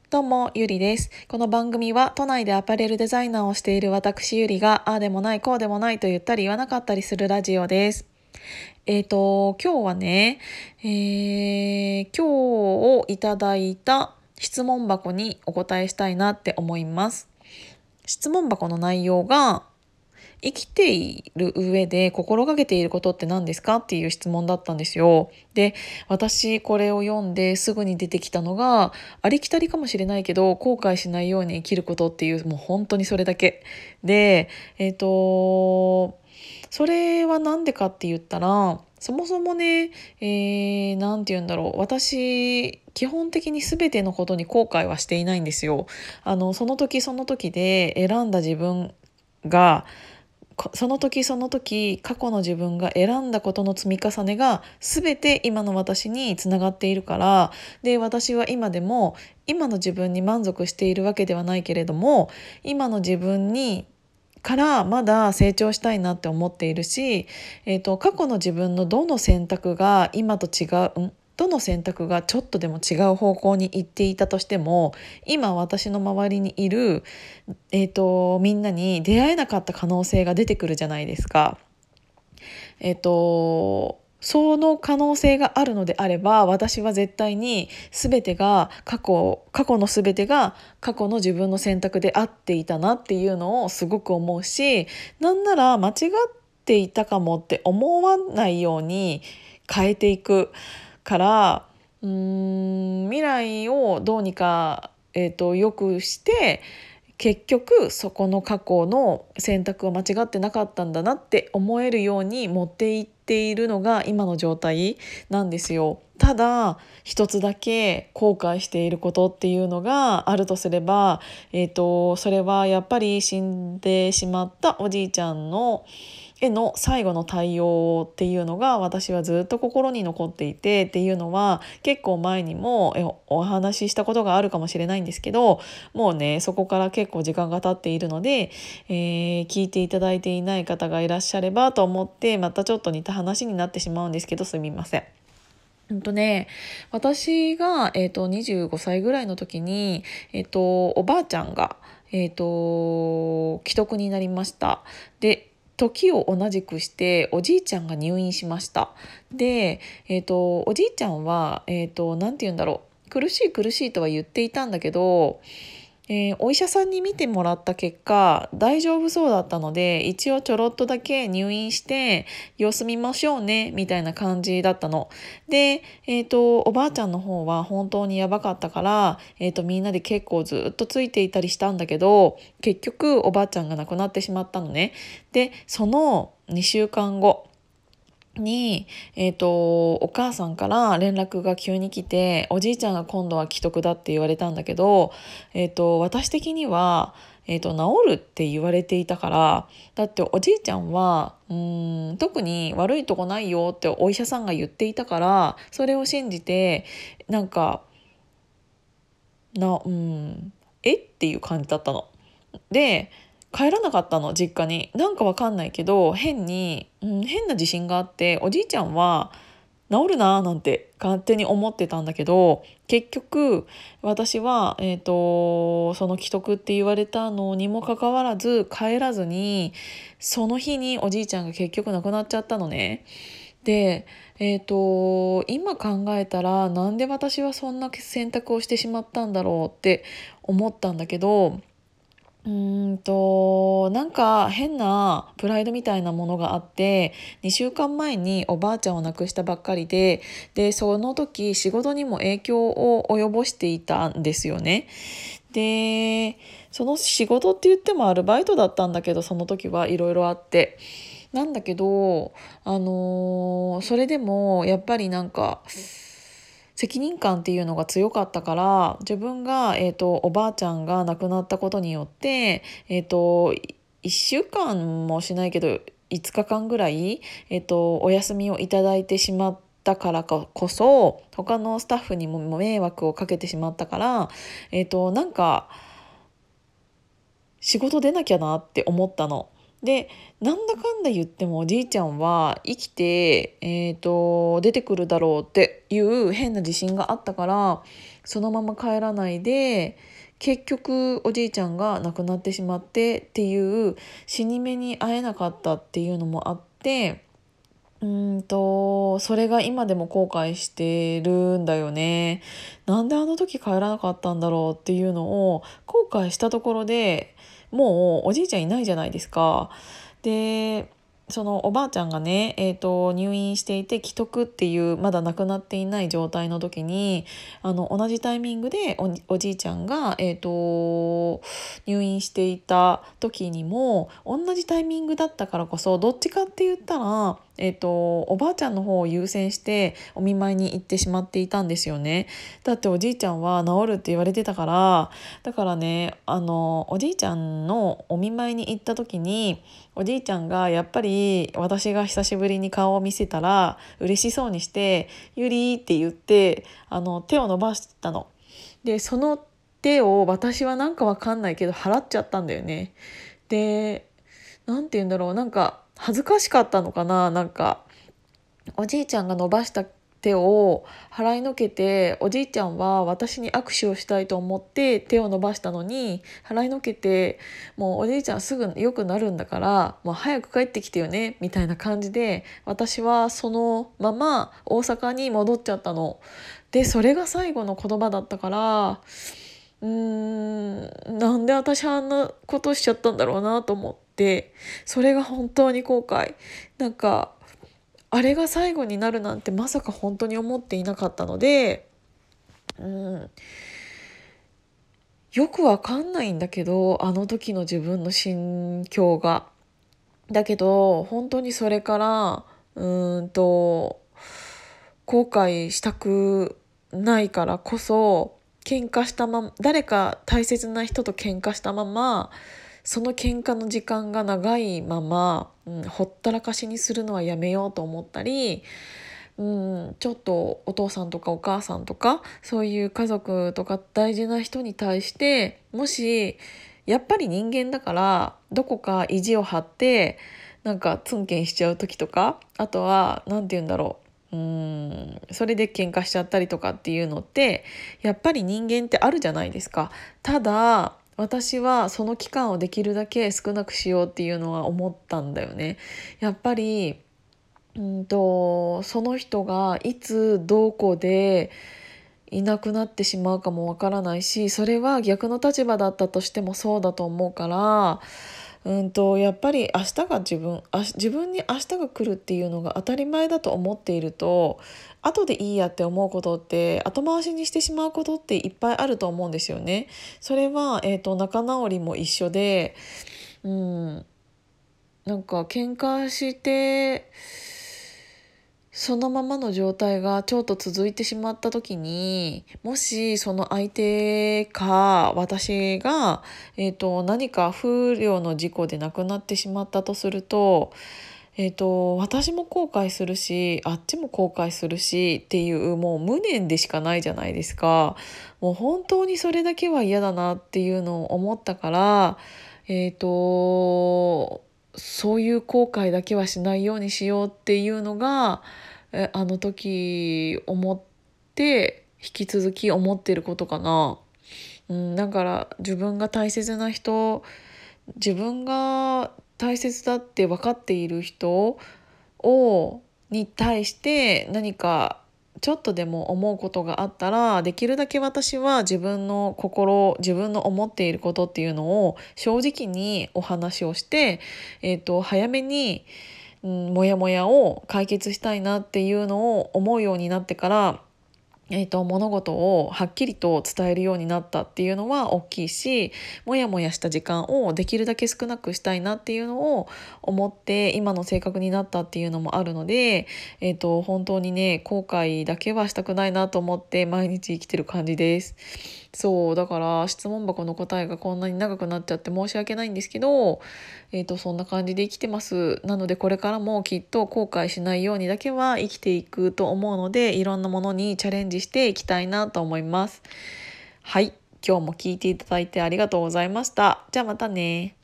どうも、ゆりです。この番組は都内でアパレルデザイナーをしている私ゆりが、ああでもないこうでもないと言ったり言わなかったりするラジオです。今日はね、今日をいただいた質問箱にお答えしたいなって思います。質問箱の内容が、生きている上で心がけていることって何ですかっていう質問だったんですよ。で、私これを読んですぐに出てきたのが、ありきたりかもしれないけど後悔しないように生きることっていう、もう本当にそれだけで、それは何でかって言ったら、そもそもね、なんて言うんだろう、私基本的に全てのことに後悔はしていないんですよ。その時その時で選んだ自分が、その時その時過去の自分が選んだことの積み重ねが全て今の私につながっているから、で私は今でも今の自分に満足しているわけではないけれども、今の自分にからまだ成長したいなって思っているし、過去の自分のどの選択が今と違う、どの選択がちょっとでも違う方向に行っていたとしても、今私の周りにいる、みんなに出会えなかった可能性が出てくるじゃないですか。その可能性があるのであれば、私は絶対に全てが過去の全てが過去の自分の選択であっていたなっていうのをすごく思うし、なんなら間違っていたかもって思わないように変えていくから、未来をどうにか、良くして結局そこの過去の選択は間違ってなかったんだなって思えるように持っていっているのが今の状態なんですよ。ただ一つだけ後悔していることっていうのがあるとすれば、それはやっぱり死んでしまったおじいちゃんのへの最後の対応っていうのが私はずっと心に残っていて、っていうのは結構前にもお話ししたことがあるかもしれないんですけど、もうねそこから結構時間が経っているので、聞いていただいていない方がいらっしゃればと思ってまたちょっと似た話になってしまうんですけど、すみません。私が、25歳ぐらいの時に、おばあちゃんが、危篤になりました。で、時を同じくしておじいちゃんが入院しました。で、おじいちゃんは、なんて言うんだろう、苦しい苦しいとは言っていたんだけど、お医者さんに見てもらった結果大丈夫そうだったので、一応ちょろっとだけ入院して様子見ましょうねみたいな感じだったので、おばあちゃんの方は本当にやばかったから、みんなで結構ずっとついていたりしたんだけど、結局おばあちゃんが亡くなってしまったのね。でその2週間後に、お母さんから連絡が急に来て、おじいちゃんが今度は危篤だって言われたんだけど、私的には、治るって言われていたから、だっておじいちゃんは特に悪いとこないよってお医者さんが言っていたから、それを信じてなんかなうんえっていう感じだったの。で帰らなかったの、実家に。なんかわかんないけど変な自信があって、おじいちゃんは治るなーなんて勝手に思ってたんだけど、結局私は、その既得って言われたのにもかかわらず帰らずに、その日におじいちゃんが結局亡くなっちゃったのね。で、今考えたらなんで私はそんな選択をしてしまったんだろうって思ったんだけど、なんか変なプライドみたいなものがあって、2週間前におばあちゃんを亡くしたばっかりでその時仕事にも影響を及ぼしていたんですよね。でその仕事って言ってもアルバイトだったんだけど、その時はいろいろあってなんだけど、それでもやっぱりなんか責任感っていうのが強かったから、自分が、おばあちゃんが亡くなったことによって、1週間もしないけど5日間ぐらい、お休みをいただいてしまったからこそ、他のスタッフにも迷惑をかけてしまったから、なんか仕事出なきゃなって思ったの。でなんだかんだ言ってもおじいちゃんは生きて、出てくるだろうっていう変な自信があったから、 そのまま帰らないで結局おじいちゃんが亡くなってしまってっていう死に目に会えなかったっていうのもあって、それが今でも後悔してるんだよね。なんであの時帰らなかったんだろうっていうのを後悔したところでもうおじいちゃんいないじゃないですか。でそのおばあちゃんがね、入院していて危篤っていうまだ亡くなっていない状態の時に同じタイミングでおじいちゃんが、入院していた時にも同じタイミングだったからこそどっちかって言ったら、おばあちゃんの方を優先してお見舞いに行ってしまっていたんですよね。だっておじいちゃんは治るって言われてたから。だからねおじいちゃんのお見舞いに行った時におじいちゃんがやっぱり私が久しぶりに顔を見せたら嬉しそうにして「ゆり」って言って手を伸ばしたの。でその手を私はなんかわかんないけど払っちゃったんだよね。でなんて言うんだろう、なんか恥ずかしかったのかな。なんかおじいちゃんが伸ばした手を払いのけておじいちゃんは私に握手をしたいと思って手を伸ばしたのに払いのけて、もうおじいちゃんすぐ良くなるんだからもう早く帰ってきてよねみたいな感じで私はそのまま大阪に戻っちゃったの。でそれが最後の言葉だったから、なんで私あんなことしちゃったんだろうなと思って、それが本当に後悔。なんかあれが最後になるなんてまさか本当に思っていなかったので、うん、よくわかんないんだけどあの時の自分の心境が。だけど本当にそれから後悔したくないからこそ喧嘩したまま、誰か大切な人と喧嘩したままその喧嘩の時間が長いまま、ほったらかしにするのはやめようと思ったり、ちょっとお父さんとかお母さんとかそういう家族とか大事な人に対してもしやっぱり人間だからどこか意地を張ってなんかツンケンしちゃう時とか、あとはなんて言うんだろう、それで喧嘩しちゃったりとかっていうのってやっぱり人間ってあるじゃないですか。ただ私はその期間をできるだけ少なくしようっていうのは思ったんだよね。やっぱりその人がいつどこでいなくなってしまうかもわからないし、それは逆の立場だったとしてもそうだと思うから、やっぱり自分に明日が来るっていうのが当たり前だと思っていると後でいいやって思うことって後回しにしてしまうことっていっぱいあると思うんですよね。それは、仲直りも一緒で、うん、なんか喧嘩してそのままの状態がちょっと続いてしまった時にもしその相手か私が、何か不慮の事故で亡くなってしまったとすると、私も後悔するしあっちも後悔するしっていうもう無念でしかないじゃないですか。もう本当にそれだけは嫌だなっていうのを思ったから、そういう後悔だけはしないようにしようっていうのがあの時思って引き続き思ってることかな。だから自分が大切だって分かっている人に対して何かちょっとでも思うことがあったらできるだけ私は自分の思っていることっていうのを正直にお話をして、早めに、モヤモヤを解決したいなっていうのを思うようになってから、物事をはっきりと伝えるようになったっていうのは大きいし、もやもやした時間をできるだけ少なくしたいなっていうのを思って今の性格になったっていうのもあるので、本当にね後悔だけはしたくないなと思って毎日生きてる感じです。そうだから質問箱の答えがこんなに長くなっちゃって申し訳ないんですけど、そんな感じで生きてます。なのでこれからもきっと後悔しないようにだけは生きていくと思うので、いろんなものにチャレンジしていきたいなと思います。はい、今日も聞いていただいてありがとうございました。じゃあまたね。